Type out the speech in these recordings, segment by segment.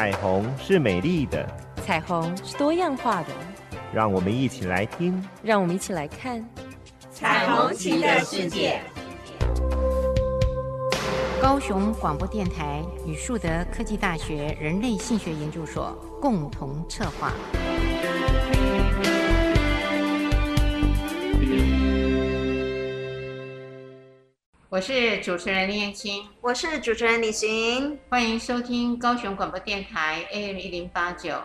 彩虹是美丽的， 彩虹是多样化的， 让我们一起来听， 让我们一起来看彩虹旗的世界。 高雄广播电台与树德科技大学人类性学研究所共同策划。我是主持人林燕青， 我是主持人李寻， 欢迎收听高雄广播电台 AM1089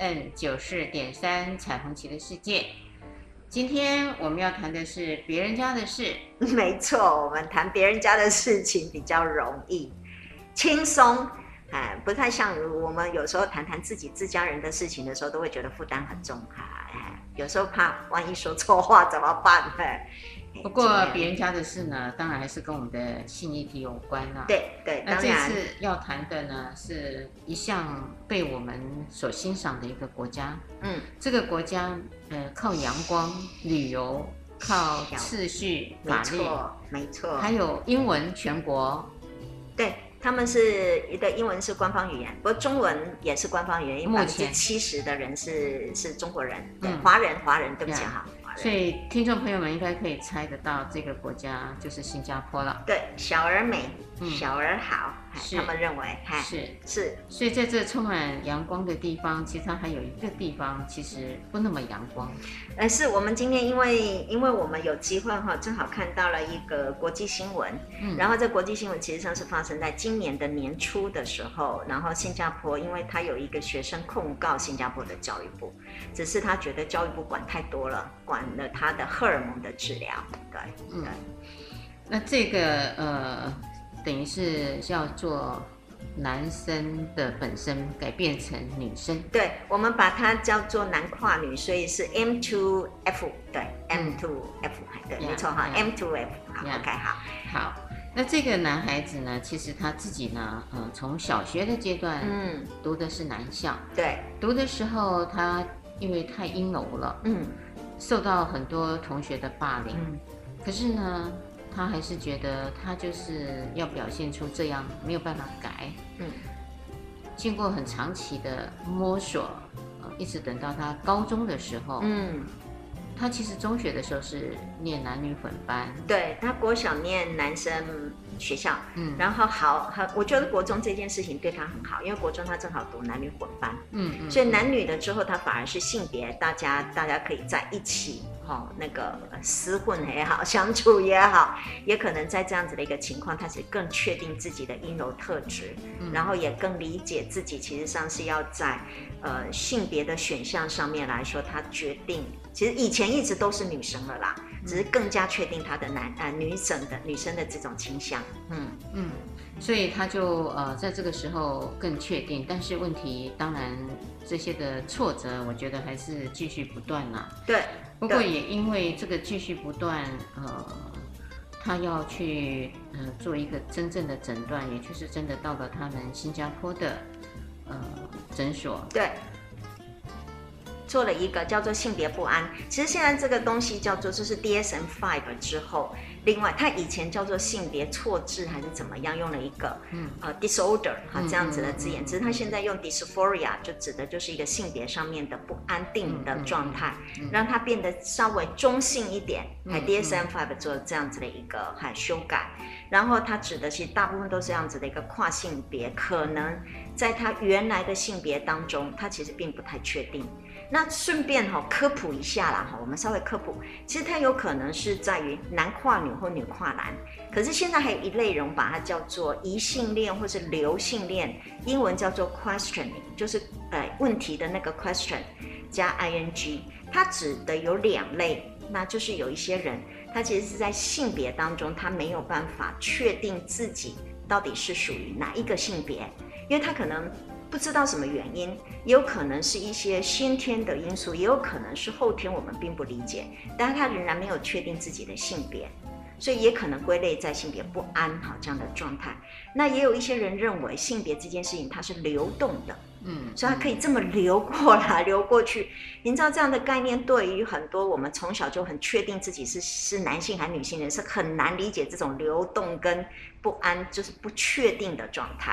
FM94.3 彩虹旗的世界。今天我们要谈的是别人家的事。 没错，我们谈别人家的事情比较容易轻松，不太像我们有时候谈自家人的事情的时候，都会觉得负担很重，有时候怕万一说错话怎么办？ 不过别人家的事呢，当然还是跟我们的性议题有关啊。 对， 那这次要谈的呢，是一项被我们所欣赏的一个国家。这个国家靠阳光、旅游，靠秩序、法律， 没错， 还有英文全国。对， 他们是一个英文是官方语言，不过中文也是官方语言，因为70%的人是中国人，华人，对不起哈。 所以听众朋友们应该可以猜得到，这个国家就是新加坡了。 对，小而美，小而好，他们认为是。 所以在这充满阳光的地方，其实它还有一个地方其实不那么阳光。 是我们今天因为我们有机会正好看到了一个国际新闻，然后这国际新闻其实上是发生在今年的年初的时候，然后新加坡因为他有一个学生控告新加坡的教育部，只是他觉得教育部管太多了，管了他的荷尔蒙的治疗。对。 那这个等于是要做男生的本身改变成女生。对， 我们把它叫做男跨女，所以是 M2F。对， M2F。对，没错哈， M2F。 好 OK。 好，那这个男孩子呢，其实他自己呢从小学的阶段读的是男校。对，读的时候他因为太阴柔了，受到很多同学的霸凌，可是呢他还是觉得他就是要表现出这样，没有办法改。经过很长期的摸索，一直等到他高中的时候，他其实中学的时候是念男女混班，对，他国小念男生学校，然后我觉得国中这件事情对他很好，因为国中他正好读男女混班，所以男女的之后他反而是性别大家可以在一起，那个厮混也好，相处也好，也可能在这样子的一个情况，他是更确定自己的阴柔特质，然后也更理解自己其实上是要在性别的选项上面来说，他决定其实以前一直都是女生了啦，只是更加确定他的女生的这种倾向。所以他就在这个时候更确定，但是问题当然这些的挫折，我觉得还是继续不断啦。对，不过也因为这个继续不断，他要去做一个真正的诊断，也就是真的到了他们新加坡的诊所。对。做了一个叫做性别不安，其实现在这个东西叫做就是 DSM-5 之后，另外它以前叫做性别错置还是怎么样，用了一个disorder 这样子的字眼，只是它现在用 dysphoria 就指的就是一个性别上面的不安定的状态，让它变得稍微中性一点，DSM-5 做这样子的一个修改，然后它指的其实大部分都是这样子的一个跨性别，可能在它原来的性别当中，它其实并不太确定。那顺便科普一下啦，我们稍微科普，其实它有可能是在于男跨女或女跨男，可是现在还有一类人把它叫做异性恋或是流性恋，英文叫做 questioning， 就是问题的那个 question 加 ing， 它指的有2类，那就是有一些人他其实是在性别当中他没有办法确定自己到底是属于哪一个性别，因为他可能不知道什么原因，也有可能是一些先天的因素，也有可能是后天我们并不理解，但是他仍然没有确定自己的性别，所以也可能归类在性别不安这样的状态。那也有一些人认为性别这件事情它是流动的，所以它可以这么流过来流过去。您知道这样的概念对于很多我们从小就很确定自己是男性还是女性人是很难理解这种流动跟不安，就是不确定的状态。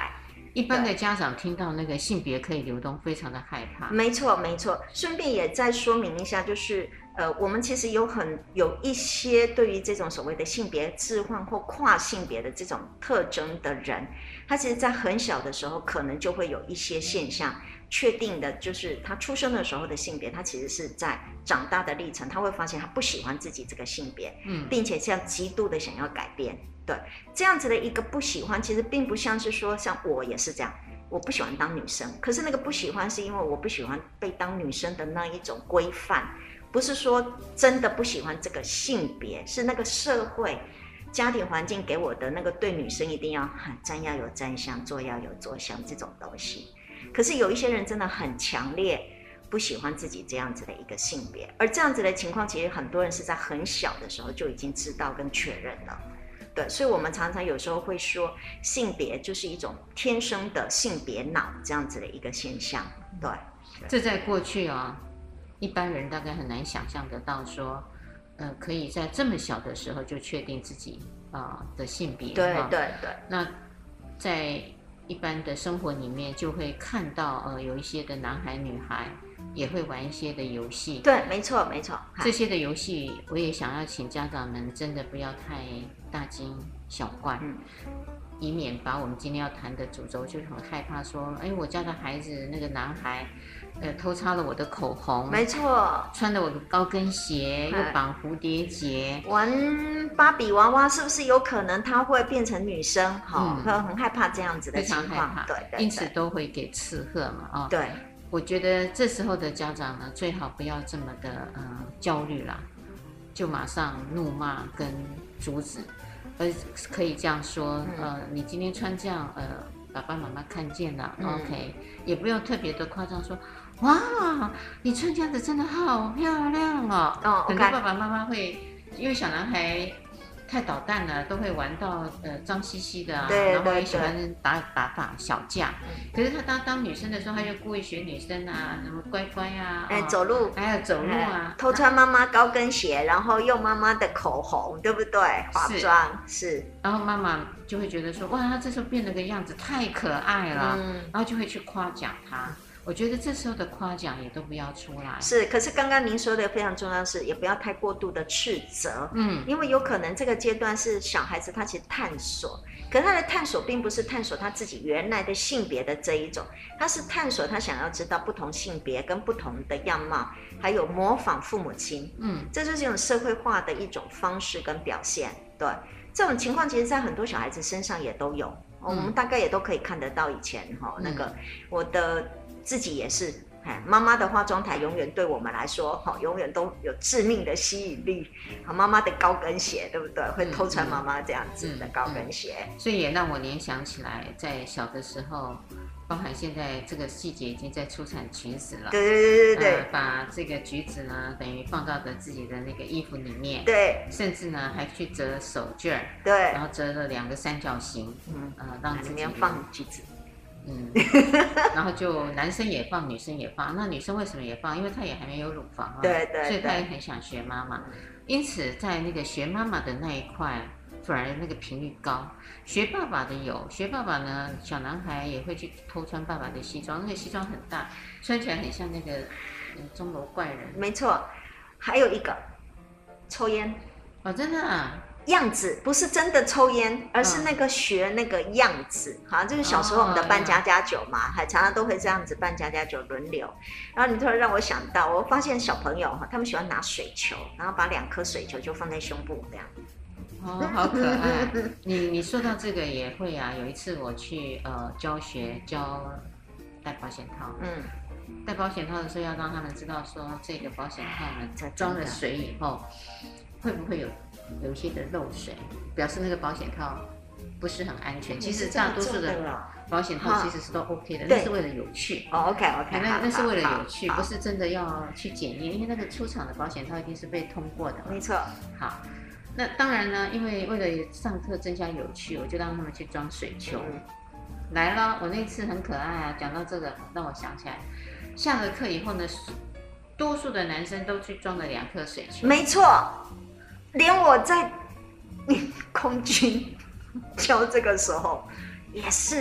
一般的家长听到那个性别可以流动，非常的害怕。 没错，没错。顺便也再说明一下，就是我们其实有一些对于这种所谓的性别置换或跨性别的这种特征的人，他其实在很小的时候可能就会有一些现象，确定的就是他出生的时候的性别，他其实是在长大的历程，他会发现他不喜欢自己这个性别，并且这样极度的想要改变。对，这样子的一个不喜欢，其实并不像是说，像我也是这样，我不喜欢当女生，可是那个不喜欢是因为我不喜欢被当女生的那一种规范，不是说真的不喜欢这个性别，是那个社会家庭环境给我的那个对女生一定要站要有站相，坐要有坐相这种东西。可是有一些人真的很强烈不喜欢自己这样子的一个性别，而这样子的情况其实很多人是在很小的时候就已经知道跟确认了。对，所以我们常常有时候会说，性别就是一种天生的性别脑这样子的一个现象。对， 这在过去一般人大概很难想象得到说，可以在这么小的时候就确定自己的性别。 对对对。 那在一般的生活里面，就会看到有一些的男孩女孩也会玩一些的游戏。 对，没错没错。 这些的游戏，我也想要请家长们真的不要太大惊小怪，以免把我们今天要谈的主轴，就是很害怕说，我家的孩子那个男孩，偷擦了我的口红， 没错， 穿了我的高跟鞋，又绑蝴蝶结， 玩芭比娃娃，是不是有可能他会变成女生？很害怕这样子的情况， 非常害怕， 对， 因此都会给斥喝嘛， 对。 我觉得这时候的家长呢，最好不要这么的焦虑啦，就马上怒骂跟阻止，而可以这样说，你今天穿这样，爸爸妈妈看见了，OK， 也不用特别的夸张说，哇，你穿这样子真的好漂亮哦。很多爸爸妈妈会因为小男孩太捣蛋了，都会玩到脏兮兮的然后也喜欢打小架。可是他当女生的时候，他就故意学女生什么乖乖走路， 还有走路偷穿妈妈高跟鞋，然后用妈妈的口红，对不对？化妆是。 然后妈妈就会觉得说，哇，他这时候变了个样子，太可爱了，然后就会去夸奖他。我觉得这时候的夸奖也都不要出来。 是，可是刚刚您说的非常重要的是，也不要太过度的斥责，因为有可能这个阶段是小孩子他其实探索，可是他的探索并不是探索他自己原来的性别的这一种，他是探索他想要知道不同性别跟不同的样貌，还有模仿父母亲，这就是一种社会化的一种方式跟表现。对，这种情况其实在很多小孩子身上也都有，我们大概也都可以看得到。以前那个我的自己也是，妈妈的化妆台永远对我们来说，永远都有致命的吸引力。妈妈的高跟鞋，对不对？会偷穿妈妈这样子的高跟鞋， 所以也让我联想起来，在小的时候，包含现在这个细节已经在出产橘子了。 对， 把这个橘子呢，等于放到自己的那个衣服里面， 对， 甚至呢还去折手绢， 对， 然后折了2个三角形，让里面放橘子。 然后就男生也放，女生也放。那女生为什么也放？因为她也还没有乳房对， 所以她也很想学妈妈。因此，在那个学妈妈的那一块，反而那个频率高。学爸爸的有，学爸爸呢，小男孩也会去偷穿爸爸的西装，那个西装很大，穿起来很像那个钟楼怪人。 没错，还有一个抽烟。 真的样子不是真的抽烟，而是那个学那个样子，好像就是小时候我们的扮家家酒嘛，还常常都会这样子扮家家酒轮流。然后你突然让我想到，我发现小朋友他们喜欢拿水球，然后把2颗水球就放在胸部这样。 好可爱。你说到这个也会有一次我去教戴保险套，戴保险套的时候要让他们知道说，这个保险套呢装了水以后会不会有一些的漏水，表示那个保险套不是很安全。其实大多数的保险套其实是都 OK 的，那是为了有趣。 OK， 那是为了有趣，不是真的要去检验，因为那个出厂的保险套一定是被通过的。 没错。 好，那当然呢，因为为了上课增加有趣，我就让他们去装水球。来了，我那次很可爱讲到这个让我想起来，下了课以后呢，多数的男生都去装了2颗水球。 没错。连我在空军教这个时候，也是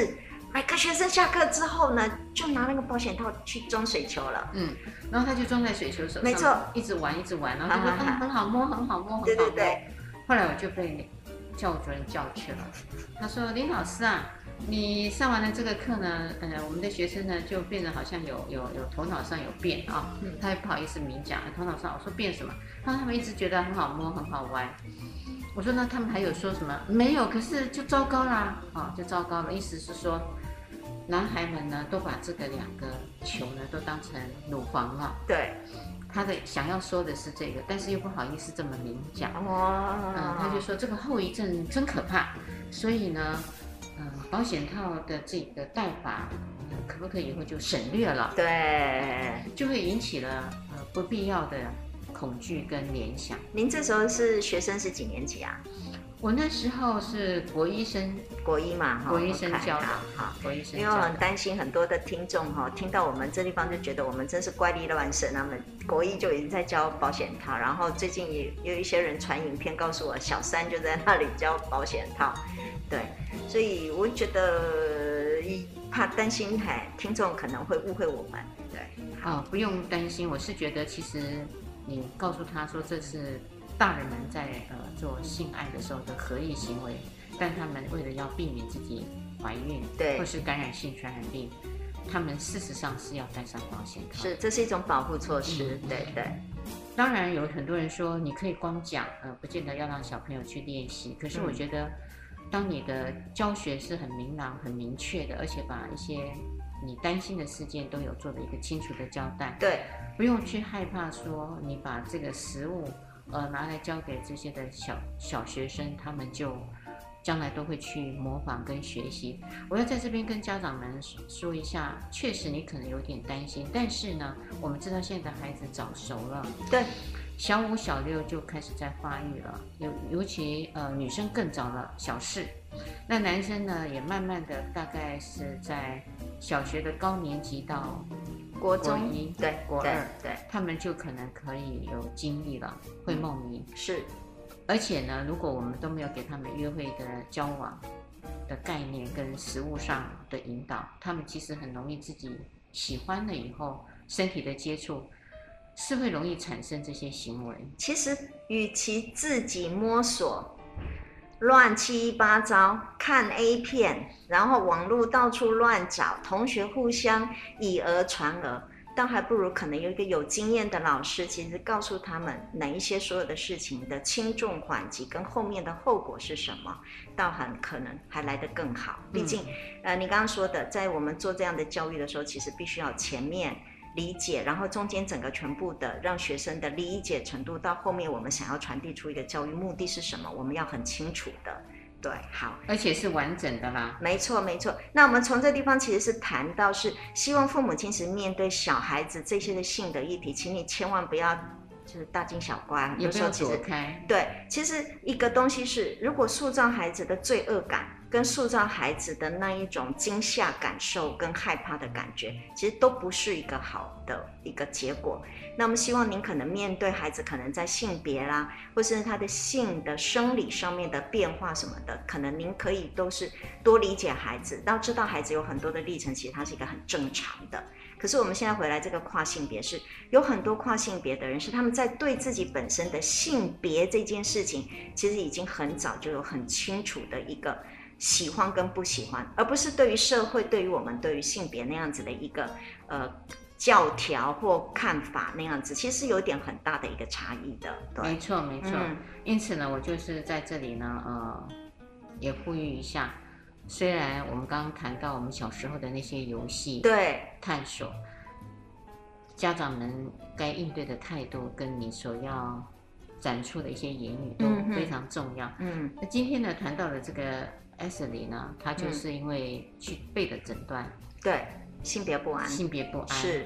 每个学生下课之后呢，就拿那个保险套去装水球了。 然后他就装在水球手上， 没错， 一直玩，然后就说很好摸，很好摸， 对对对。 后来我就被教务主任叫去了，他说林老师啊，你上完了这个课呢，我们的学生呢就变得好像有头脑上有变啊，他也不好意思明讲头脑上，我说变什么？他们一直觉得很好摸，很好玩。我说那他们还有说什么？没有，可是就糟糕啦，就糟糕了。意思是说，男孩们呢都把这个2个球呢都当成乳房了。 对， 他的想要说的是这个，但是又不好意思这么明讲。他就说这个后遗症真可怕，所以呢，保险套的这个戴法，可不可以以后就省略了？ 对， 就会引起了不必要的恐惧跟联想。 您这时候是学生是几年级啊？ 我那时候是国1生， 国1嘛， 国1生教的， 好， 国1生教的。 因为我很担心很多的听众听到我们这地方就觉得我们真是怪力乱神，他们国1就已经在教保险套，然后最近也有一些人传影片告诉我，小3就在那里教保险套，对，所以我觉得怕担心听众可能会误会我们，对。 不用担心，我是觉得其实你告诉他说这是大人们在做性爱的时候的合意行为，但他们为了要避免自己怀孕， 对， 或是感染性传染病，他们事实上是要戴上保险套。 是，这是一种保护措施，对对。 当然有很多人说你可以光讲，不见得要让小朋友去练习。可是我觉得，当你的教学是很明朗、很明确的，而且把一些你担心的事件都有做的一个清楚的交代， 对， 不用去害怕说你把这个实物拿来交给这些的小学生，他们就将来都会去模仿跟学习。我要在这边跟家长们说一下，确实你可能有点担心，但是呢，我们知道现在的孩子早熟了， 对， 小5、小6就开始在发育了，尤其女生更早了，小4，那男生呢也慢慢的大概是在小学的高年级到国中 1， 对， 国2， 对， 他们就可能可以有经历了，会梦遗。 是， 而且呢，如果我们都没有给他们约会的交往的概念跟实物上的引导，他们其实很容易自己喜欢了以后，身体的接触是会容易产生这些行为。 其实，与其自己摸索，乱七八糟看 A 片，然后网络到处乱找，同学互相以讹传讹，倒还不如可能有一个有经验的老师，其实告诉他们哪一些所有的事情的轻重缓急跟后面的后果是什么，倒很可能还来得更好。毕竟，你刚刚说的，在我们做这样的教育的时候，其实必须要前面理解，然后中间整个全部的让学生的理解程度，到后面我们想要传递出一个教育目的是什么，我们要很清楚的。对，好， 而且是完整的啦。 没错，没错。那我们从这地方其实是谈到是希望父母亲是面对小孩子这些的性的议题，请你千万不要就是大惊小怪， 也不要躲开。 对，其实一个东西是，如果塑造孩子的罪恶感，跟塑造孩子的那一种惊吓感受跟害怕的感觉，其实都不是一个好的一个结果。那么希望您可能面对孩子可能在性别啦，或是他的性的生理上面的变化什么的，可能您可以都是多理解孩子，要知道孩子有很多的历程，其实它是一个很正常的。可是我们现在回来这个跨性别，是有很多跨性别的人是他们在对自己本身的性别这件事情，其实已经很早就有很清楚的一个喜欢跟不喜欢，而不是对于社会对于我们对于性别那样子的一个教条或看法那样子，其实有点很大的一个差异的。对， 没错没错。因此呢，我就是在这里呢也呼吁一下，虽然我们刚刚谈到我们小时候的那些游戏对探索，家长们该应对的态度跟你所要展出的一些言语都非常重要。那今天呢谈到的这个 Ashley 呢，他就是因为去被的诊断， 对，性别不安， 性别不安是，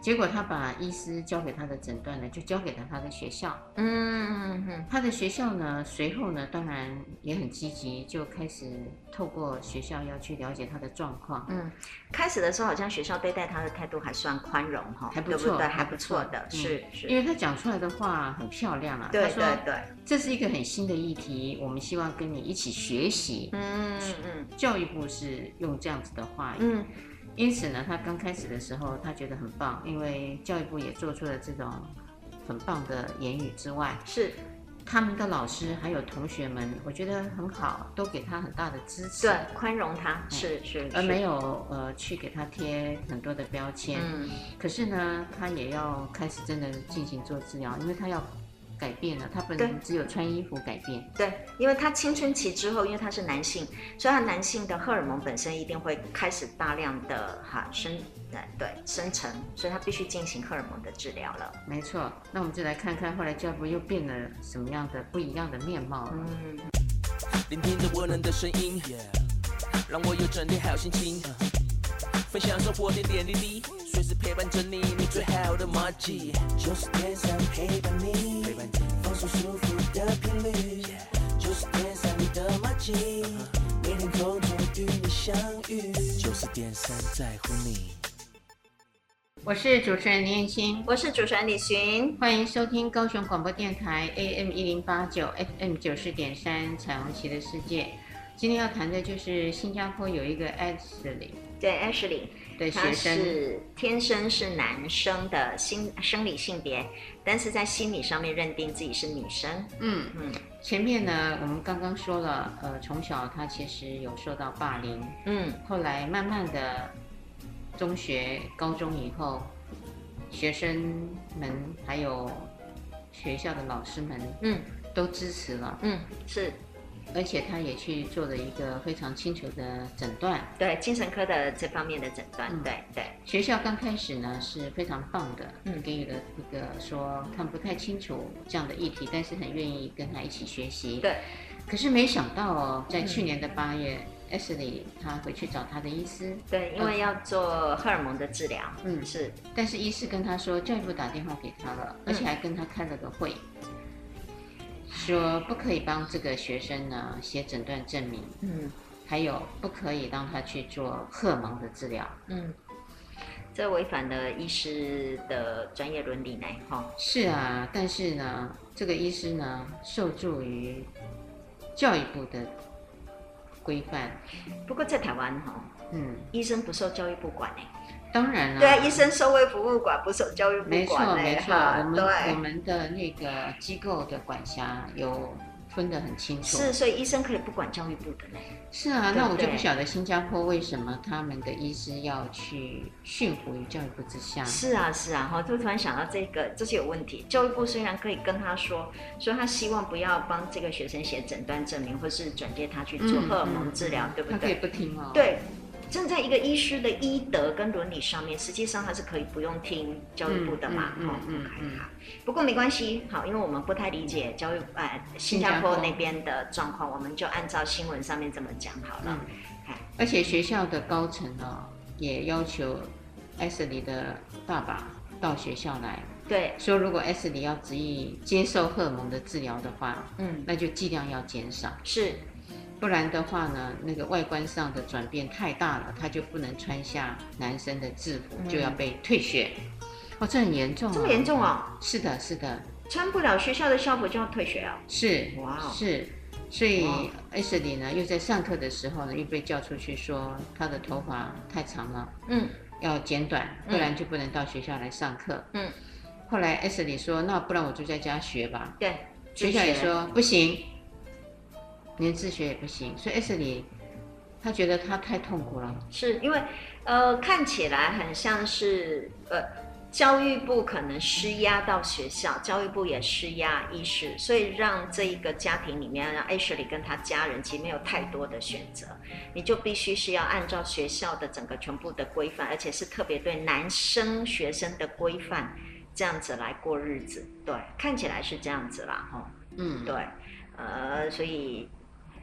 结果他把医师交给他的诊断呢，就交给了他的学校。他的学校呢，随后呢，当然也很积极，就开始透过学校要去了解他的状况。 开始的时候好像学校对待他的态度还算宽容哈， 还不错， 对，还不错的，是， 因为他讲出来的话很漂亮啊。 对， 这是一个很新的议题，我们希望跟你一起学习。教育部是用这样子的话语。因此呢，他刚开始的时候，他觉得很棒，因为教育部也做出了这种很棒的言语之外， 是他们的老师还有同学们，我觉得很好，都给他很大的支持， 对，宽容他，是， 而没有去给他贴很多的标签。可是呢，他也要开始真的进行做治疗，因为他要改变了，他本人只有穿衣服改变。 对，因为他青春期之后，因为他是男性，所以他男性的荷尔蒙本身一定会开始大量的生成，所以他必须进行荷尔蒙的治疗了。 没错，那我们就来看看后来教育部又变了什么样的不一样的面貌了。 聆听着温暖的声音，让我有整天好心情，分享生活点点滴滴，随时陪伴着你，你最好的默契。90.3陪伴你，放松舒服的频率。90.3你的默契，每天空中与你相遇。90.3在乎你。 我是主持人林燕青， 我是主持人李寻， 欢迎收听高雄广播电台 AM1089 FM 90.3彩虹旗的世界。今天要谈的就是新加坡有一个 Ashley， 对 Ashley 的学生， 他是天生是男生的生理性别，但是在心理上面认定自己是女生。 前面呢我们刚刚说了，从小他其实有受到霸凌，后来慢慢的中学、高中以后，学生们还有学校的老师们，都支持了， 是。 而且他也去做了一个非常清楚的诊断， 对精神科的这方面的诊断，对。 学校刚开始呢是非常棒的，给予了一个说他们不太清楚这样的议题，但是很愿意跟他一起学习。 对。 可是没想到哦，在去年的8月，Ashley 他回去找他的医师， 对，因为要做荷尔蒙的治疗，是。 但是医师跟他说，教育部打电话给他了，而且还跟他开了个会。说不可以帮这个学生呢写诊断证明，还有不可以让他去做荷尔蒙的治疗， 这违反了医师的专业伦理呢， 是啊，但是呢，这个医师呢受助于教育部的规范。 不过在台湾医生不受教育部管当然了， 对啊，医生受卫福务管，不受教育部管。 没错，我们的那个机构的管辖有分得很清楚。 是，所以医生可以不管教育部的呢。 是啊，那我就不晓得新加坡为什么他们的医师要去驯服于教育部之下。 是啊，就突然想到这是有问题。教育部虽然可以跟他说他希望不要帮这个学生写诊断证明，或是转介他去做荷尔蒙治疗，对不对？ 他可以不听哦。 对。站在一个医师的医德跟伦理上面，实际上他是可以不用听教育部的嘛。不过没关系，好，因为我们不太理解新加坡那边的状况，我们就按照新闻上面这么讲好了。 而且学校的高层也要求 Ashley 的爸爸到学校来， 对， 说如果 Ashley 要执意接受荷尔蒙的治疗的话，那就剂量要减少。 是。 不然的话呢，那个外观上的转变太大了，他就不能穿下男生的制服，就要被退学。这很严重。这么严重哦？ 是的， 穿不了学校的校服就要退学啊？ 是，是。所以 Ashley 呢，又在上课的时候呢，又被叫出去说他的头发太长了，要剪短，不然就不能到学校来上课。后来 Ashley 说，那不然我就在家学吧。 对， 学校也说不行。连自学也不行，所以 Ashley 他觉得他太痛苦了。 是因为看起来很像是教育部可能施压到学校，教育部也施压医师，所以让这一个家庭里面，让 Ashley 跟他家人其实没有太多的选择，你就必须是要按照学校的整个全部的规范，而且是特别对男生学生的规范，这样子来过日子。对，看起来是这样子啦，对，所以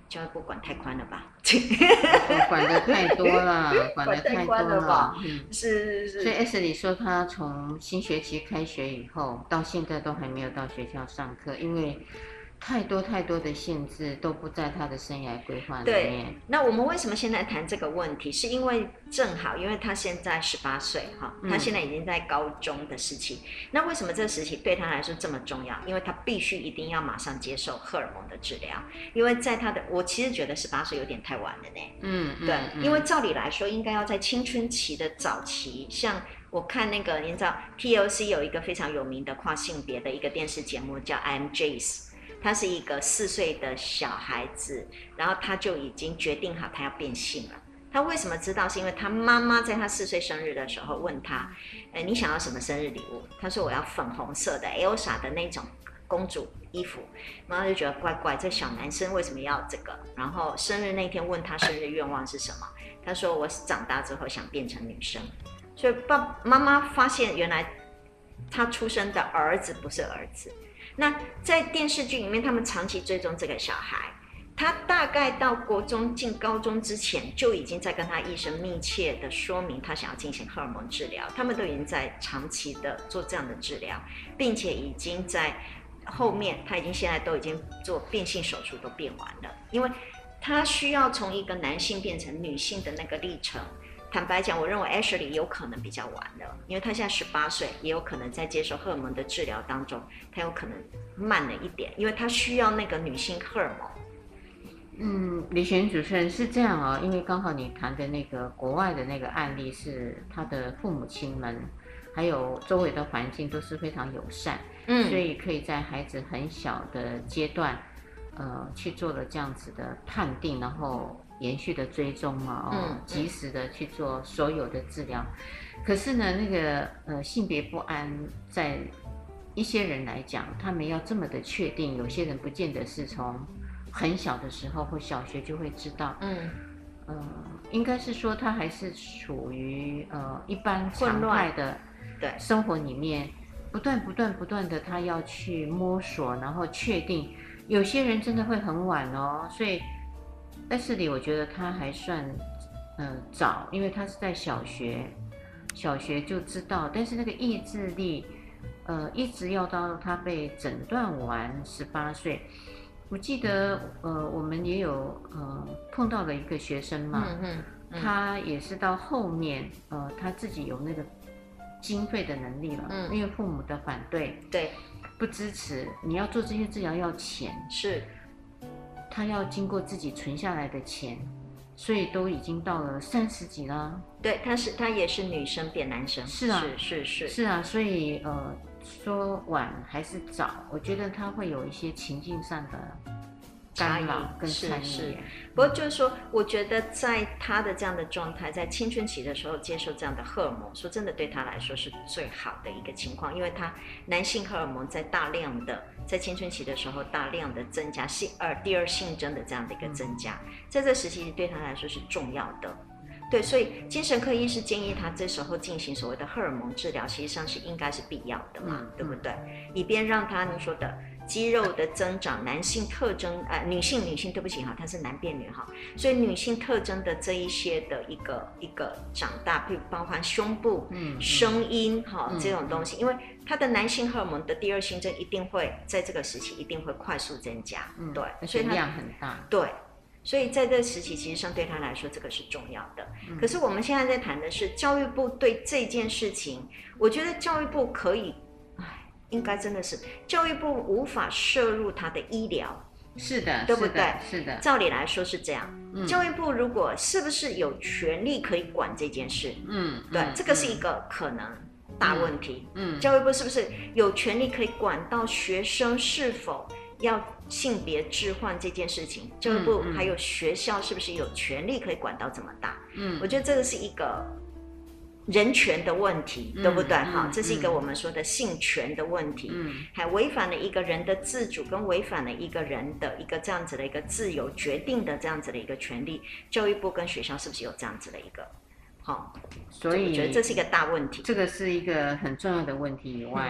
教育部管太宽了吧？ 管得太多了，管得太多了吧？ 是。 所以 Ashley 说，他从新学期开学以后，到现在都还没有到学校上课，因为太多的限制都不在他的生涯规划里面。 对，那我们为什么现在谈这个问题？是因为正好，因为他现在18岁哈，他现在已经在高中的时期。那为什么这个时期对他来说这么重要？因为他必须一定要马上接受荷尔蒙的治疗，因为在他的，我其实觉得18岁有点太晚了呢。对，因为照理来说应该要在青春期的早期，像我看那个，你知道 TLC 有一个非常有名的跨性别的一个电视节目叫 I Am Jace。他是一个4岁的小孩子，然后他就已经决定好他要变性了。他为什么知道？是因为他妈妈在他4岁生日的时候问他，你想要什么生日礼物？他说我要粉红色的 Elsa 的那种公主衣服。妈妈就觉得怪怪，这小男生为什么要这个？然后生日那天问他生日愿望是什么？他说我长大之后想变成女生。所以妈妈发现原来他出生的儿子不是儿子。那在电视剧里面，他们长期追踪这个小孩，他大概到国中进高中之前，就已经在跟他医生密切的说明他想要进行荷尔蒙治疗，他们都已经在长期的做这样的治疗，并且已经在后面，他已经现在都已经做变性手术都变完了，因为他需要从一个男性变成女性的那个历程。坦白讲，我认为 Ashley 有可能比较晚了，因为他现在18岁，也有可能在接受荷尔蒙的治疗当中，他有可能慢了一点，因为他需要那个女性荷尔蒙。 李璇主持人是这样哦，因为刚好你谈的那个国外的那个案例是他的父母亲们，还有周围的环境都是非常友善，所以可以在孩子很小的阶段，去做了这样子的判定，然后延续的追踪嘛，及时的去做所有的治疗。可是呢，那个性别不安，在一些人来讲，他们要这么的确定，有些人不见得是从很小的时候或小学就会知道。应该是说他还是处于一般常态的生活里面，不断的他要去摸索，然后确定。有些人真的会很晚哦，所以Ashley我觉得他还算早，因为他是在小学就知道，但是那个意志力一直要到他被诊断完18岁。我记得我们也有碰到了一个学生嘛，他也是到后面他自己有那个经费的能力了，因为父母的反对， 对， 不支持，你要做这些治疗要钱， 是他要经过自己存下来的钱，所以都已经到了30几了。 对，他也是女生变男生。 是啊， 是啊， 所以说晚还是早，我觉得他会有一些情境上的干扰跟参与。 不过就是说，我觉得在他的这样的状态，在青春期的时候接受这样的荷尔蒙，说真的对他来说是最好的一个情况，因为他男性荷尔蒙在青春期的时候大量的增加，第二性征的这样的一个增加，在这时期对他来说是重要的。对，所以精神科医师建议他这时候进行所谓的荷尔蒙治疗，其实上是应该是必要的嘛，对不对？以便让他你说的肌肉的增长，男性特征，女性，对不起哈，他是男变女哈，所以女性特征的这一些的一个长大，譬如包含胸部、声音哈这种东西，因为他的男性荷尔蒙的第二性征一定会在这个时期一定会快速增加，对， 所以量很大， 对。所以在这个时期，其实上对他来说，这个是重要的。可是我们现在在谈的是教育部对这件事情，我觉得教育部可以，应该真的是教育部无法摄入他的医疗， 是的， 对不对？ 是的， 照理来说是这样。教育部如果是不是有权利可以管这件事？对，这个是一个可能大问题。教育部是不是有权利可以管到学生是否要性别置换这件事情？教育部还有学校是不是有权利可以管到这么大？我觉得这个是一个人权的问题，对不对？这是一个我们说的性权的问题，还违反了一个人的自主，跟违反了一个人的一个这样子的一个自由决定的这样子的一个权利。教育部跟学校是不是有这样子的一个？ 所以我觉得这是一个大问题。 这个是一个很重要的问题以外。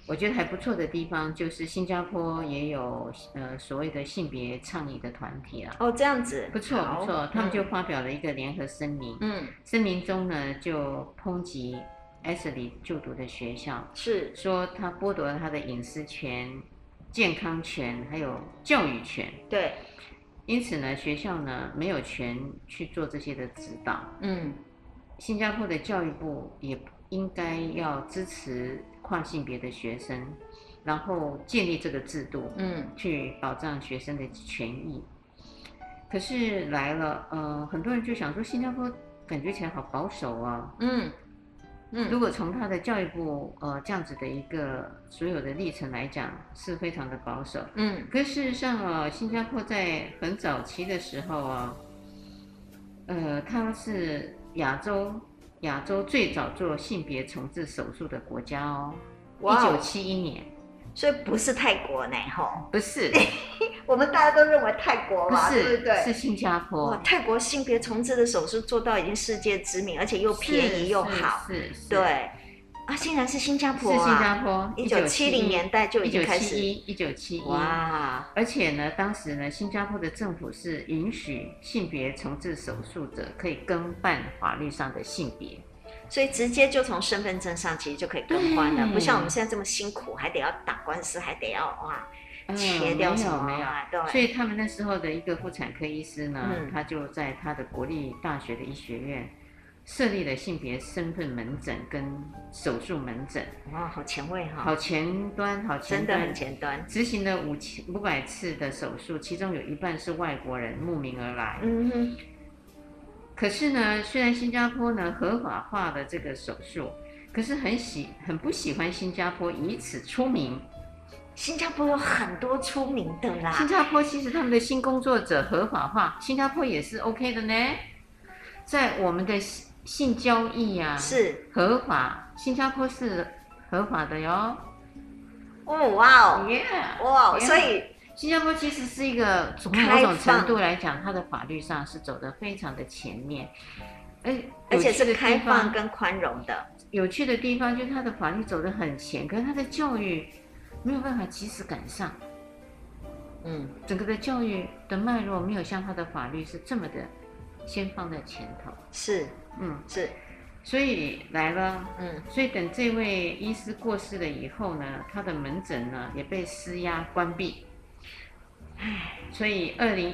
我觉得还不错的地方就是新加坡也有所谓的性别倡议的团体啊。 哦，这样子， 不错不错，他们就发表了一个联合声明。声明中呢就抨击 Ashley 就读的学校， 是说他剥夺了他的隐私权、健康权还有教育权。 对， 因此呢，学校呢没有权去做这些的指导。新加坡的教育部也应该要支持跨性别的学生，然后建立这个制度，去保障学生的权益。可是来了，很多人就想说，新加坡感觉起来好保守啊。如果从他的教育部这样子的一个所有的历程来讲，是非常的保守。可是事实上新加坡在很早期的时候它是亚洲最早做性别重置手术的国家哦。1971年， 所以不是泰国呢，吼， 不是， 我们大家都认为泰国嘛，对不对？ 是新加坡。 泰国性别重置的手术做到已经世界知名，而且又便宜又好， 是， 对。竟然是新加坡是新加坡 ，1970年代就已经开始 ，1971， 哇！ 而且呢，当时呢，新加坡的政府是允许性别重置手术者可以更换法律上的性别， 所以直接就从身份证上其实就可以更换了，不像我们现在这么辛苦，还得要打官司，还得要切掉什么？ 没有， 对。 所以他们那时候的一个妇产科医师呢，他就在他的国立大学的医学院设立了性别身份门诊跟手术门诊。 哇，好前卫哈！ 好前端， 真的很前端。 执行了500次的手术，其中有一半是外国人慕名而来。可是呢，虽然新加坡呢合法化了这个手术，可是很不喜欢新加坡以此出名。 新加坡有很多出名的啦。 新加坡其实他们的性工作者合法化，新加坡也是 OK 的呢。在我们的性交易是合法，新加坡是合法的哟。 哇哇， 所以新加坡其实是一个从某种程度来讲，它的法律上是走得非常的前面， 而且是开放跟宽容的。 有趣的地方就是它的法律走得很前，可是它的教育没有办法及时赶上。整个的教育的脉络没有像它的法律是这么的先放在前头。 是。 所以来了，所以等这位医师过世了以后呢，他的门诊呢也被施压关闭。所以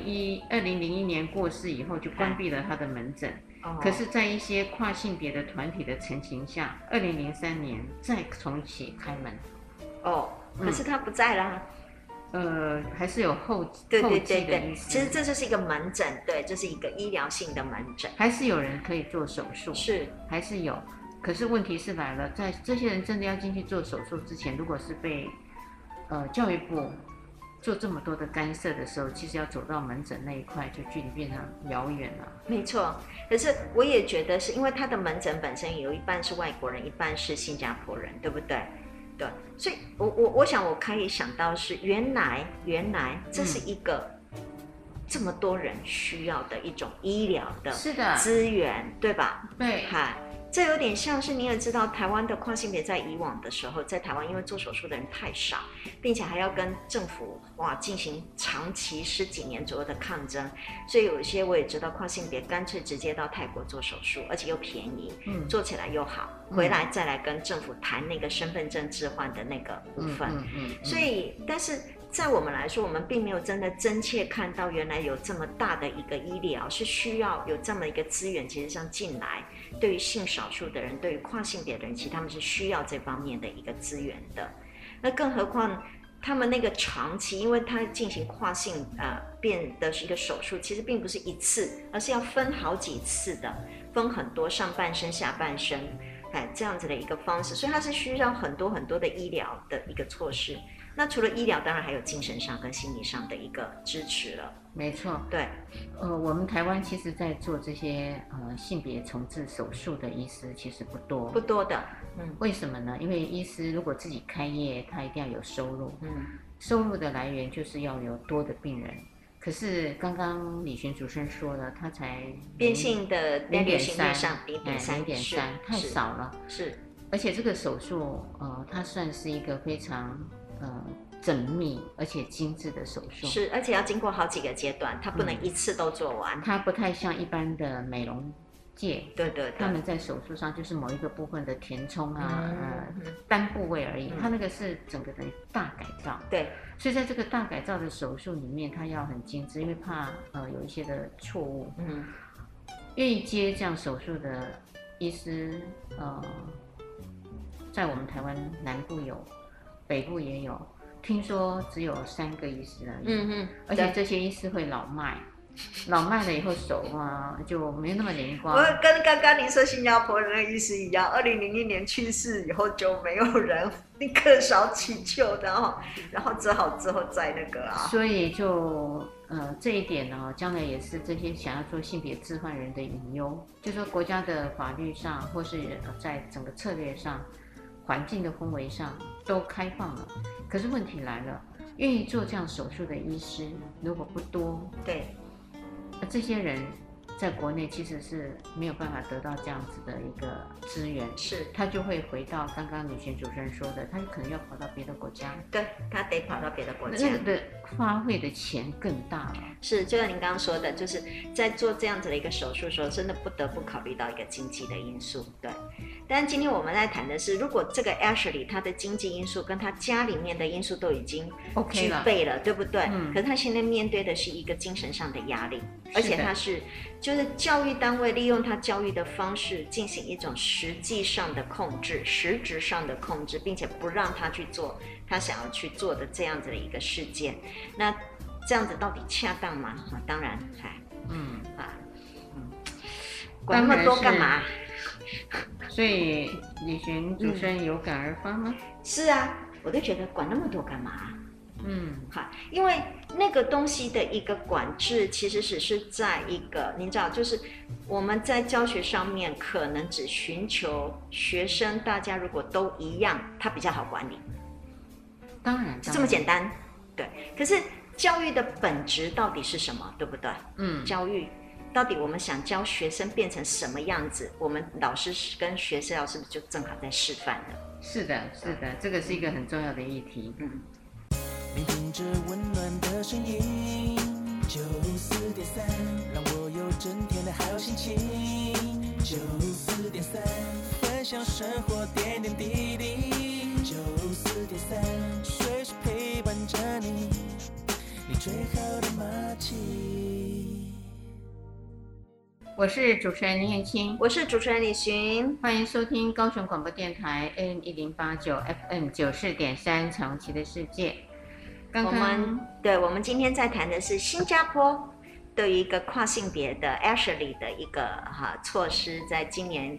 2001年过世以后就关闭了他的门诊。可是在一些跨性别的团体的陈情下，2003年再重启开门。 可是他不在啦。 还是有后继的意思。 其实这就是一个门诊，对，这是一个医疗性的门诊， 还是有人可以做手术， 是还是有。可是问题是来了，在这些人真的要进去做手术之前，如果是被教育部做这么多的干涉的时候，其实要走到门诊那一块，就距离变得遥远了。 没错，可是我也觉得是因为他的门诊本身有一半是外国人，一半是新加坡人，对不对？对，所以我想我可以想到是原来这是一个这么多人需要的一种医疗的资源，对吧？ 对， 这有点像是你也知道，台湾的跨性别在以往的时候，在台湾因为做手术的人太少，并且还要跟政府进行长期10几年左右的抗争，所以有一些我也知道跨性别干脆直接到泰国做手术，而且又便宜，做起来又好，回来再来跟政府谈那个身份证置换的那个部分。所以，但是在我们来说，我们并没有真的真切看到原来有这么大的一个医疗是需要有这么一个资源，其实上进来，对于性少数的人，对于跨性别的人，其实他们是需要这方面的一个资源的。那更何况他们那个长期，因为他进行跨性变的是一个手术，其实并不是一次，而是要分好几次的，分很多上半身、下半身，这样子的一个方式，所以它是需要很多很多的医疗的一个措施。那除了医疗，当然还有精神上跟心理上的一个支持了。 没错， 对。 我们台湾其实在做这些性别重置手术的医师其实不多的。 为什么呢？因为医师如果自己开业，他一定要有收入。收入的来源就是要有多的病人。可是刚刚李璇主持人说了，他才变性的0.3上0.3， 太少了。 是。 而且这个手术它算是一个非常缜密而且精致的手术， 是，而且要经过好几个阶段，它不能一次都做完。 它不太像一般的美容界， 对，他们在手术上就是某一个部分的填充啊，单部位而已。它那个是整个的大改造， 对。 所以在这个大改造的手术里面，它要很精致，因为怕有一些的错误。愿意接这样手术的医师，在我们台湾南部有，北部也有。听说只有3个医师而已，而且这些医师会老迈了以后手就没那么灵光。 我跟刚刚你说新加坡的那个医师一样，2001年去世以后就没有人立刻少祈求的然后只好之后再那个所以就这一点将来也是这些想要做性别置换人的隐忧，就说国家的法律上或是在整个策略上。环境的氛围上都开放了，可是问题来了，愿意做这样手术的医师如果不多， 对， 这些人在国内其实是没有办法得到这样子的一个资源， 是，他就会回到刚刚吕璇主持人说的，他可能要跑到别的国家， 对，他得跑到别的国家， 那个的花费的钱更大了。 是，就像您刚刚说的，就是在做这样子的一个手术的时候，真的不得不考虑到一个经济的因素，对。但今天我们在谈的是，如果这个 Ashley 他的经济因素跟他家里面的因素都已经具备了，对不对？可是他现在面对的是一个精神上的压力，而且他就是教育单位利用他教育的方式进行一种实际上的控制，实质上的控制，并且不让他去做他想要去做的这样子的一个事件。那这样子到底恰当吗？当然，管那么多干嘛？ 所以李璇主持人有感而发吗？ 是啊，我都觉得管那么多干嘛？因为那个东西的一个管制，其实只是在一个，你知道，就是我们在教学上面可能只寻求学生大家如果都一样，它比较好管理。 当然， 这么简单，对。可是教育的本质到底是什么，对不对？教育。到底我们想教学生变成什么样子？我们老师跟学生是不是就正好在示范了？ 是的，这个是一个很重要的议题。 聆听着温暖的声音，94.3，让我有整天的好心情。94.3，分享生活点点滴滴。94.3，随时陪伴着你，你最好的默契。 我是主持人林燕青， 我是主持人李寻， 欢迎收听高雄广播电台 AM1089 FM94.3 彩虹旗的世界。 我们今天在谈的是新加坡对于一个跨性别的 Ashley 的一个措施，在去年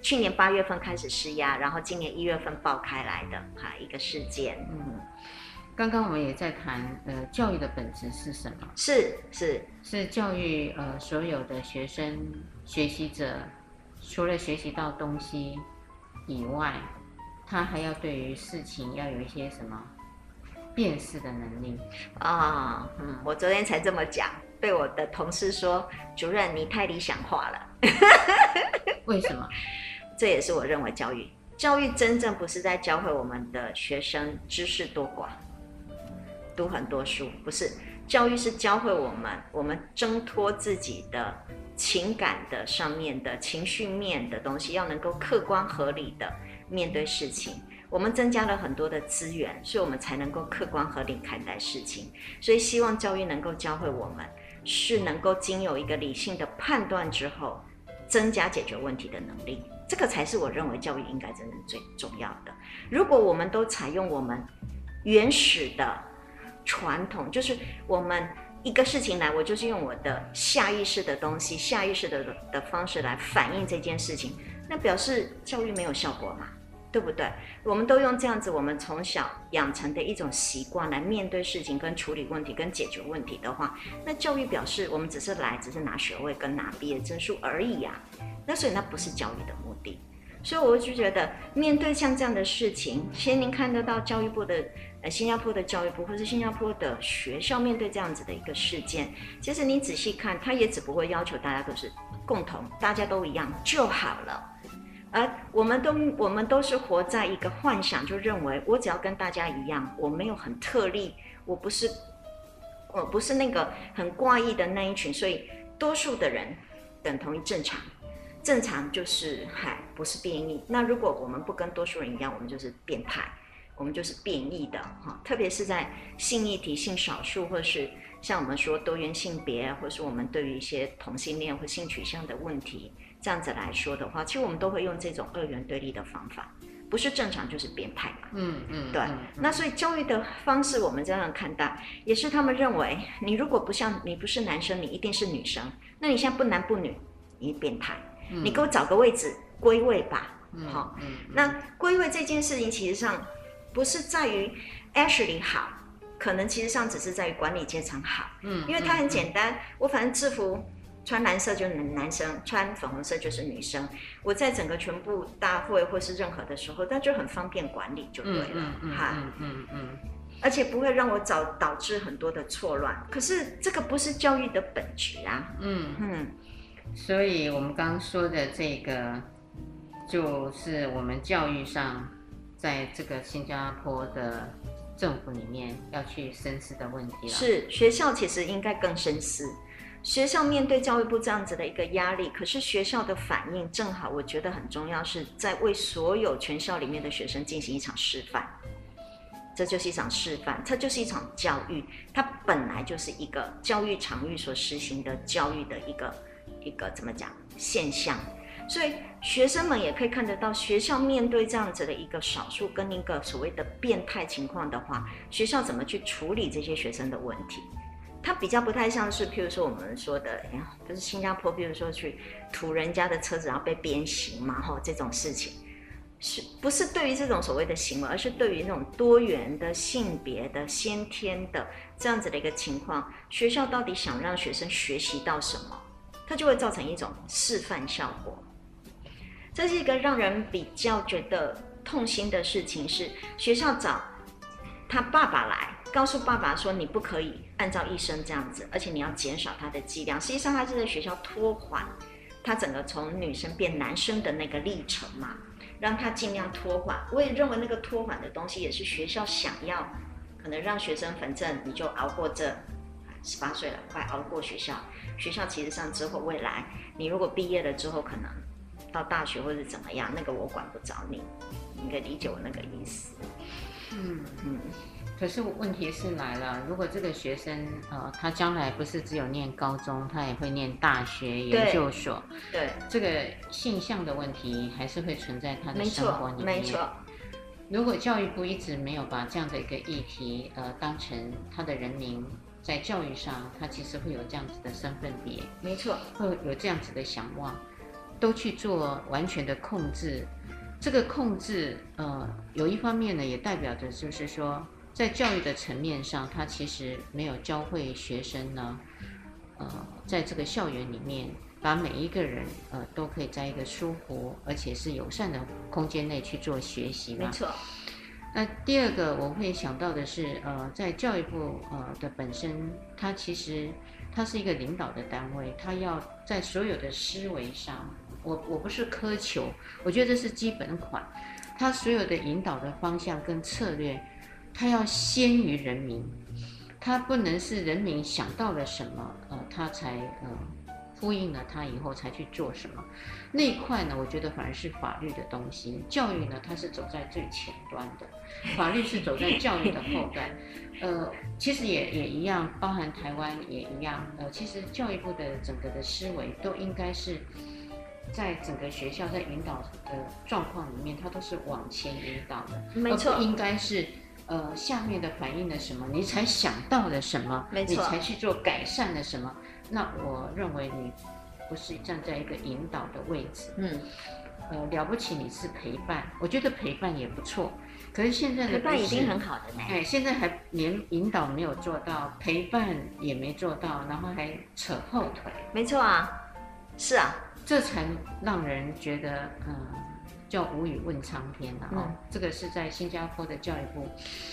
8月份开始施压，然后今年1月份爆开来的一个事件。 刚刚我们也在谈教育的本质是什么？ 是教育所有的学生学习者，除了学习到东西以外，他还要对于事情要有一些什么辨识的能力我昨天才这么讲，被我的同事说，主任你太理想化了。 为什么？ 这也是我认为教育真正不是在教会我们的学生知识多寡，读很多书，不是。教育是教会我们挣脱自己的情感的上面的情绪面的东西，要能够客观合理的面对事情。我们增加了很多的资源，所以我们才能够客观合理看待事情。所以希望教育能够教会我们，是能够经由一个理性的判断之后，增加解决问题的能力。这个才是我认为教育应该真正最重要的。如果我们都采用我们原始的传统，就是我们一个事情来，我就是用我的下意识的东西、下意识的方式来反映这件事情，那表示教育没有效果嘛，对不对？我们都用这样子，我们从小养成的一种习惯来面对事情、跟处理问题、跟解决问题的话，那教育表示我们只是拿学位跟拿毕业证书而已啊。那所以那不是教育的目的。所以我就觉得，面对像这样的事情，其实您看得到教育部的新加坡的教育部或是新加坡的学校面对这样子的一个事件，其实你仔细看，他也只不会要求大家都是共同，大家都一样就好了。 我们都是活在一个幻想，就认为我只要跟大家一样，我没有很特例，我不是那个很怪异的那一群，所以多数的人等同于正常，正常就是不是变异。那如果我们不跟多数人一样，我们就是变态，我们就是变异的特别是在性议题、性少数，或是像我们说多元性别，或是我们对于一些同性恋或性取向的问题，这样子来说的话，其实我们都会用这种二元对立的方法，不是正常就是变态嘛。对。那所以教育的方式，我们这样看待，也是他们认为，你如果你不是男生，你一定是女生。那你现在不男不女，你变态。你给我找个位置归位吧。那归位这件事情，其实上不是在于 Ashley 好，可能其实上只是在于管理阶层好。因为它很简单，我反正制服穿蓝色就是男生，穿粉红色就是女生。我在整个全部大会或是任何的时候，那就很方便管理就对了。而且不会让我导致很多的错乱。可是这个不是教育的本质啊。 所以我们刚刚说的这个，就是我们教育上，在这个新加坡的政府里面要去深思的问题了。 是，学校其实应该更深思。学校面对教育部这样子的一个压力，可是学校的反应正好，我觉得很重要，是在为所有全校里面的学生进行一场示范。这就是一场示范，它就是一场教育，它本来就是一个教育场域所实行的教育的一个怎么讲现象。所以学生们也可以看得到，学校面对这样子的一个少数跟一个所谓的变态情况的话，学校怎么去处理这些学生的问题。它比较不太像是譬如说我们说的不是新加坡譬如说去涂人家的车子然后被鞭刑嘛这种事情，是不是对于这种所谓的行为，而是对于那种多元的性别的先天的这样子的一个情况，学校到底想让学生学习到什么，它就会造成一种示范效果。这是一个让人比较觉得痛心的事情，是学校找他爸爸来告诉爸爸说，你不可以按照医生这样子，而且你要减少他的剂量。实际上他是在学校拖缓他整个从女生变男生的那个历程嘛，让他尽量拖缓。我也认为那个拖缓的东西也是学校想要，可能让学生反正你就熬过这18岁了，快熬过学校。学校其实上之后未来你如果毕业了之后，可能到大学或者怎么样，那个我管不着你，你可以理解我那个意思。 可是问题是来了，如果这个学生他将来不是只有念高中，他也会念大学、研究所， 对， 这个性向的问题还是会存在他的生活里面。 没错。 如果教育部一直没有把这样的一个议题当成他的人民在教育上，他其实会有这样子的身份别， 没错， 会有这样子的想望，都去做完全的控制。这个控制有一方面呢，也代表着就是说，在教育的层面上，他其实没有教会学生呢，在这个校园里面，把每一个人都可以在一个舒服而且是友善的空间内去做学习嘛。 没错。 那第二个我会想到的是，在教育部的本身，它其实它是一个领导的单位，它要在所有的思维上，我不是苛求，我觉得这是基本款，它所有的引导的方向跟策略，它要先于人民，它不能是人民想到了什么，它才呼应了它以后才去做什么。那一块呢，我觉得反而是法律的东西，教育呢它是走在最前端的，法律是走在教育的后端。其实也一样，包含台湾也一样。其实教育部的整个的思维都应该是在整个学校在引导的状况里面，它都是往前引导的， 没错， 而不应该是下面的反映了什么，你才想到了什么， 没错， 你才去做改善了什么。那我认为你不是站在一个引导的位置，了不起你是陪伴，我觉得陪伴也不错。可是现在的陪伴已经很好的呢， 现在还连引导没有做到，陪伴也没做到，然后还扯后腿。 没错啊，是啊， 这才让人觉得叫无语问苍天了这个是在新加坡的教育部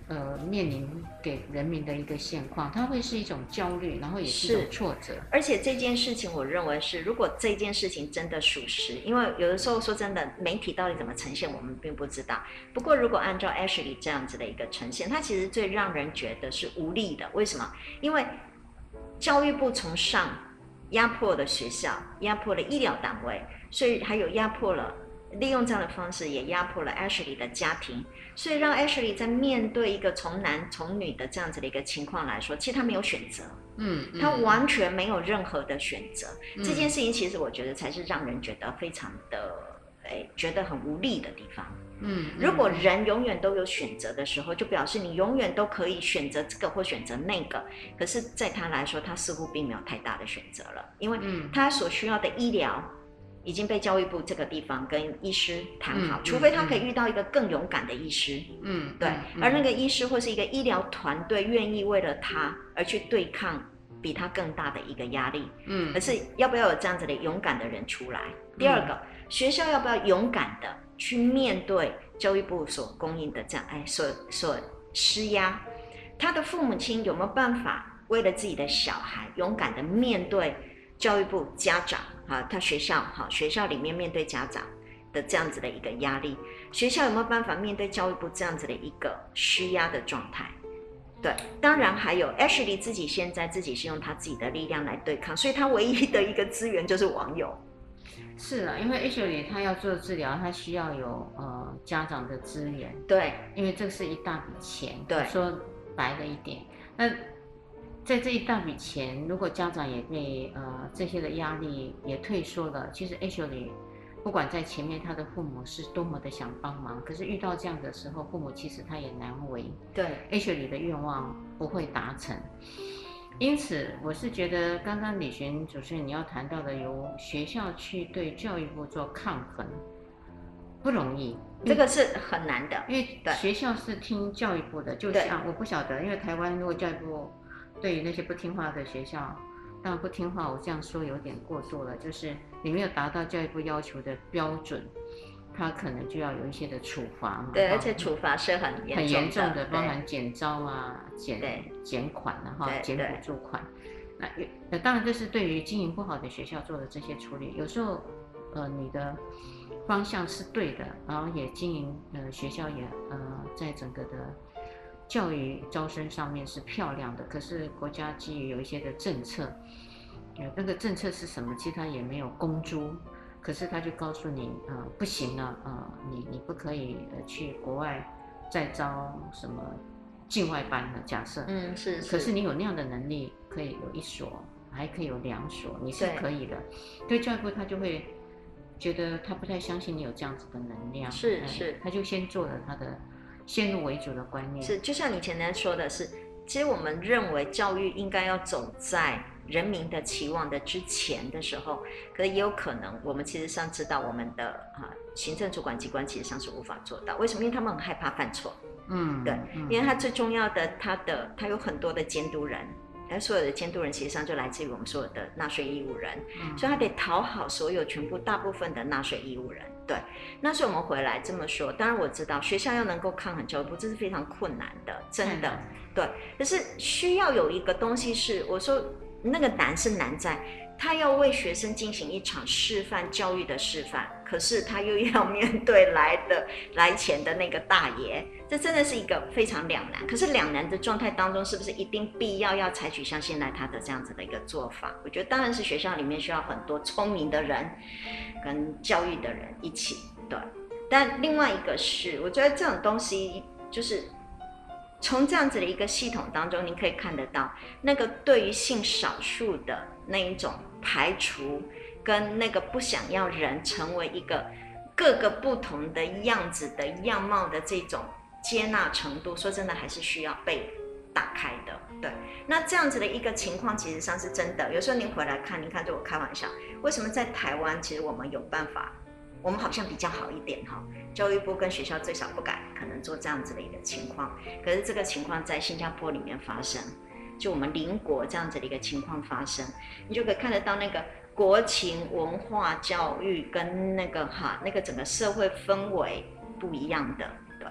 面临给人民的一个现况，它会是一种焦虑，然后也是一种挫折。 而且这件事情，我认为是，如果这件事情真的属实，因为有的时候说真的，媒体到底怎么呈现，我们并不知道。不过，如果按照 Ashley 这样子的一个呈现，它其实最让人觉得是无力的。为什么？因为教育部从上压迫了学校，压迫了医疗单位，所以还有压迫了。利用这样的方式也压迫了 Ashley 的家庭，所以让 Ashley 在面对一个从男从女的这样子的一个情况来说，其实他没有选择，他完全没有任何的选择。这件事情其实我觉得才是让人觉得非常的觉得很无力的地方。如果人永远都有选择的时候，就表示你永远都可以选择这个或选择那个。可是在他来说，他似乎并没有太大的选择了，因为他所需要的医疗已经被教育部这个地方跟医师谈好，除非他可以遇到一个更勇敢的医师，对，而那个医师或是一个医疗团队愿意为了他而去对抗比他更大的一个压力，可是要不要有这样子的勇敢的人出来？第二个，学校要不要勇敢的去面对教育部所供应的这样所施压？他的父母亲有没有办法为了自己的小孩勇敢的面对教育部家长？他学校里面面对家长的这样子的一个压力，学校有没有办法面对教育部这样子的一个施压的状态？对，当然还有 Ashley 自己现在自己是用他自己的力量来对抗，所以他唯一的一个资源就是网友。 是了，因为 Ashley 他要做治疗，他需要有家长的资源， 对， 因为这是一大笔钱。 对， 说白了一点，那在这一大笔钱，如果家长也被这些的压力也退缩了，其实 Ashley 不管在前面他的父母是多么的想帮忙，可是遇到这样的时候，父母其实他也难为。 对 ，Ashley 的愿望不会达成。因此，我是觉得刚刚李璇主持人你要谈到的，由学校去对教育部做抗衡，不容易。 这个是很难的， 因为学校是听教育部的，就像我不晓得，因为台湾如果教育部对于那些不听话的学校，当然不听话，我这样说有点过度了，就是你没有达到教育部要求的标准，他可能就要有一些的处罚嘛。 对，而且处罚是很严重的， 包含减招啊、减款啊、减补助款。那当然这是对于经营不好的学校做的这些处理，有时候你的方向是对的，然后也经营学校也在整个的教育招生上面是漂亮的，可是国家基于有一些的政策，那个政策是什么？其实他也没有公诸，可是他就告诉你，不行了，你不可以去国外再招什么境外班的假设， 是。 可是你有那样的能力，可以有1所，还可以有2所，你是可以的。对教育部他就会觉得他不太相信你有这样子的能量， 是， 他就先做了他的先入为主的观念。 是，就像你前面说的是，其实我们认为教育应该要走在人民的期望的之前的时候，可是也有可能我们其实上知道我们的行政主管机关其实上是无法做到。为什么？因为他们很害怕犯错。对，因为他最重要的，他有很多的监督人，而所有的监督人其实上就来自于我们所有的纳税义务人，所以他得讨好所有大部分的纳税义务人。对，那所以我们回来这么说，当然我知道学校要能够抗衡教育部，这是非常困难的，真的。对，可是需要有一个东西是，我说那个难是难在，他要为学生进行一场示范教育的示范，可是他又要面对来前的那个大爷，这真的是一个非常两难。可是两难的状态当中，是不是一定必要采取像现在他的这样子的一个做法？我觉得当然是学校里面需要很多聪明的人跟教育的人一起。对，但另外一个是，我觉得这种东西就是从这样子的一个系统当中，你可以看得到那个对于性少数的那一种排除，跟那个不想要人成为一个各个不同的样子的样貌的这种接纳程度，说真的还是需要被打开的。对，那这样子的一个情况其实上是真的。有时候您回来看，您看着我开玩笑，为什么在台湾其实我们有办法，我们好像比较好一点哈，教育部跟学校最少不敢可能做这样子的一个情况，可是这个情况在新加坡里面发生，就我们邻国这样子的一个情况发生，你就可以看得到那个国情文化教育跟那个整个社会氛围不一样的。对，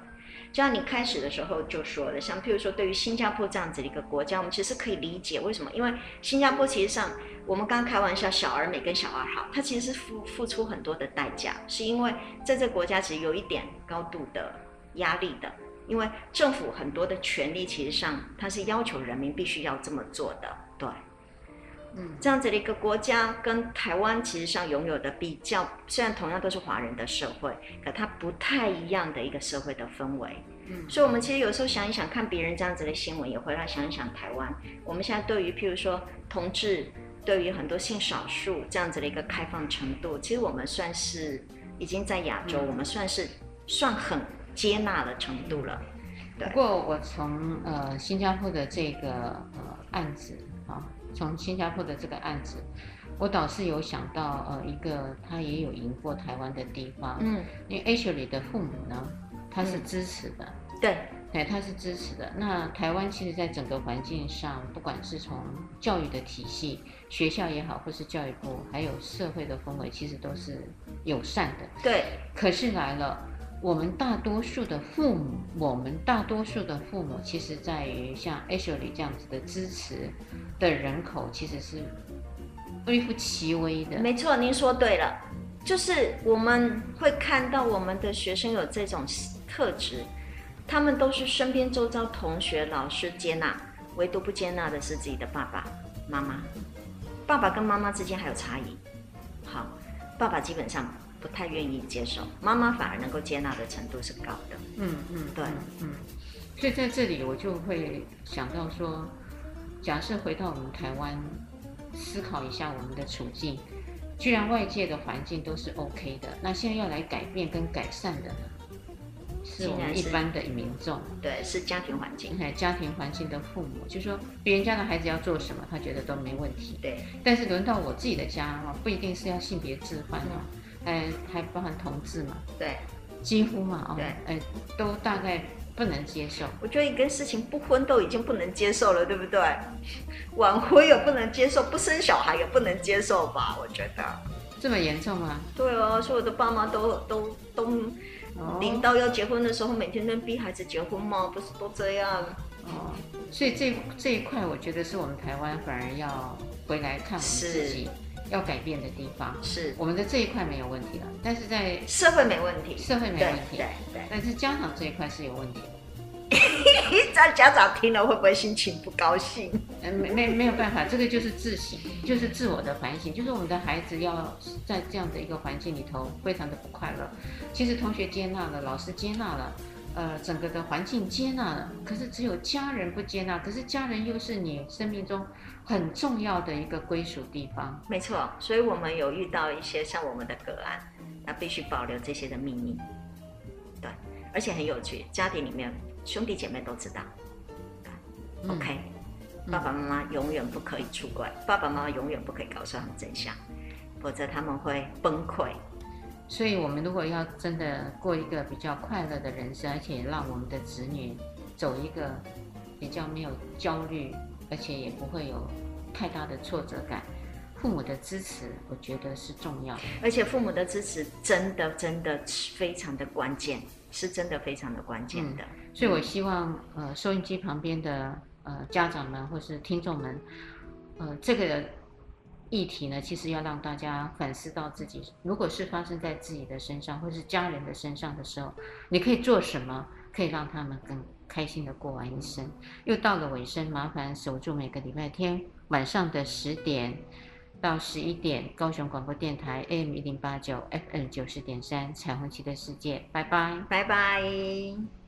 就像你开始的时候就说了，像譬如说对于新加坡这样子的一个国家，我们其实可以理解为什么，因为新加坡其实上我们刚刚开玩笑小而美跟小而好，它其实是付出很多的代价，是因为在这个国家其实有一点高度的压力的，因为政府很多的权利其实上它是要求人民必须要这么做的，对。这样子的一个国家跟台湾其实上拥有的比较，虽然同样都是华人的社会，可它不太一样的一个社会的氛围。所以我们其实有时候想一想，看别人这样子的新闻，也回来想一想台湾，我们现在对于譬如说同志，对于很多性少数这样子的一个开放程度，其实我们算是已经在亚洲，我们算很接纳的程度了。 不过我从新加坡的这个案子啊。从新加坡的这个案子，我倒是有想到一个他也有赢过台湾的地方，因为 Ashley 的父母呢，他是支持的，对，他是支持的。那台湾其实在整个环境上，不管是从教育的体系，学校也好，或是教育部，还有社会的氛围，其实都是友善的， 对。 可是来了。我们大多数的父母，其实在于像 Ashley 这样子的支持的人口，其实是微乎其微的。 没错，您说对了，就是我们会看到我们的学生有这种特质，他们都是身边周遭同学、老师接纳，唯独不接纳的是自己的爸爸妈妈。爸爸跟妈妈之间还有差异。好，爸爸基本上不太愿意接受，妈妈反而能够接纳的程度是高的。对， 所以在这里我就会想到说，假设回到我们台湾，思考一下我们的处境，既然外界的环境都是 OK 的，那现在要来改变跟改善的呢，是我们一般的民众， 对，是家庭环境， 家庭环境的父母，就说别人家的孩子要做什么，他觉得都没问题， 对。 但是轮到我自己的家不一定是要性别置换还包含同志嘛， 对， 几乎嘛， 对， 都大概不能接受。 我觉得一个事情不婚都已经不能接受了，对不对？晚婚也不能接受，不生小孩也不能接受吧？我觉得这么严重吗？ 对哦，所有的爸妈都临到要结婚的时候，每天都逼孩子结婚吗？不是都这样？ 所以这一块，我觉得是我们台湾反而要回来看我们自己要改变的地方。是我们的这一块没有问题了，但是在社会没问题， 对，但是家长这一块是有问题的。 这家长听了会不会心情不高兴？ 没有办法，这个就是自省，就是自我的反省，就是我们的孩子要在这样的一个环境里头非常的不快乐。其实同学接纳了，老师接纳了，整个的环境接纳了，可是只有家人不接纳，可是家人又是你生命中很重要的一个归属地方。 没错，所以我们有遇到一些像我们的个案，那必须保留这些的秘密。对，而且很有趣，家庭里面兄弟姐妹都知道。OK，爸爸妈妈永远不可以出轨，爸爸妈妈永远不可以告诉他们真相，否则他们会崩溃。 所以我们如果要真的过一个比较快乐的人生，而且让我们的子女走一个比较没有焦虑，而且也不会有太大的挫折感，父母的支持我觉得是重要的。 而且父母的支持真的非常的关键，是真的非常的关键的。 所以我希望收音机旁边的家长们或是听众们，这个议题呢，其实要让大家反思到自己，如果是发生在自己的身上或是家人的身上的时候，你可以做什么可以让他们更开心的过完一生。又到了尾声，麻烦守住每个礼拜天晚上的10点到11点，高雄广播电台 AM1089 FM90.3 彩虹旗的世界，拜拜， 拜拜。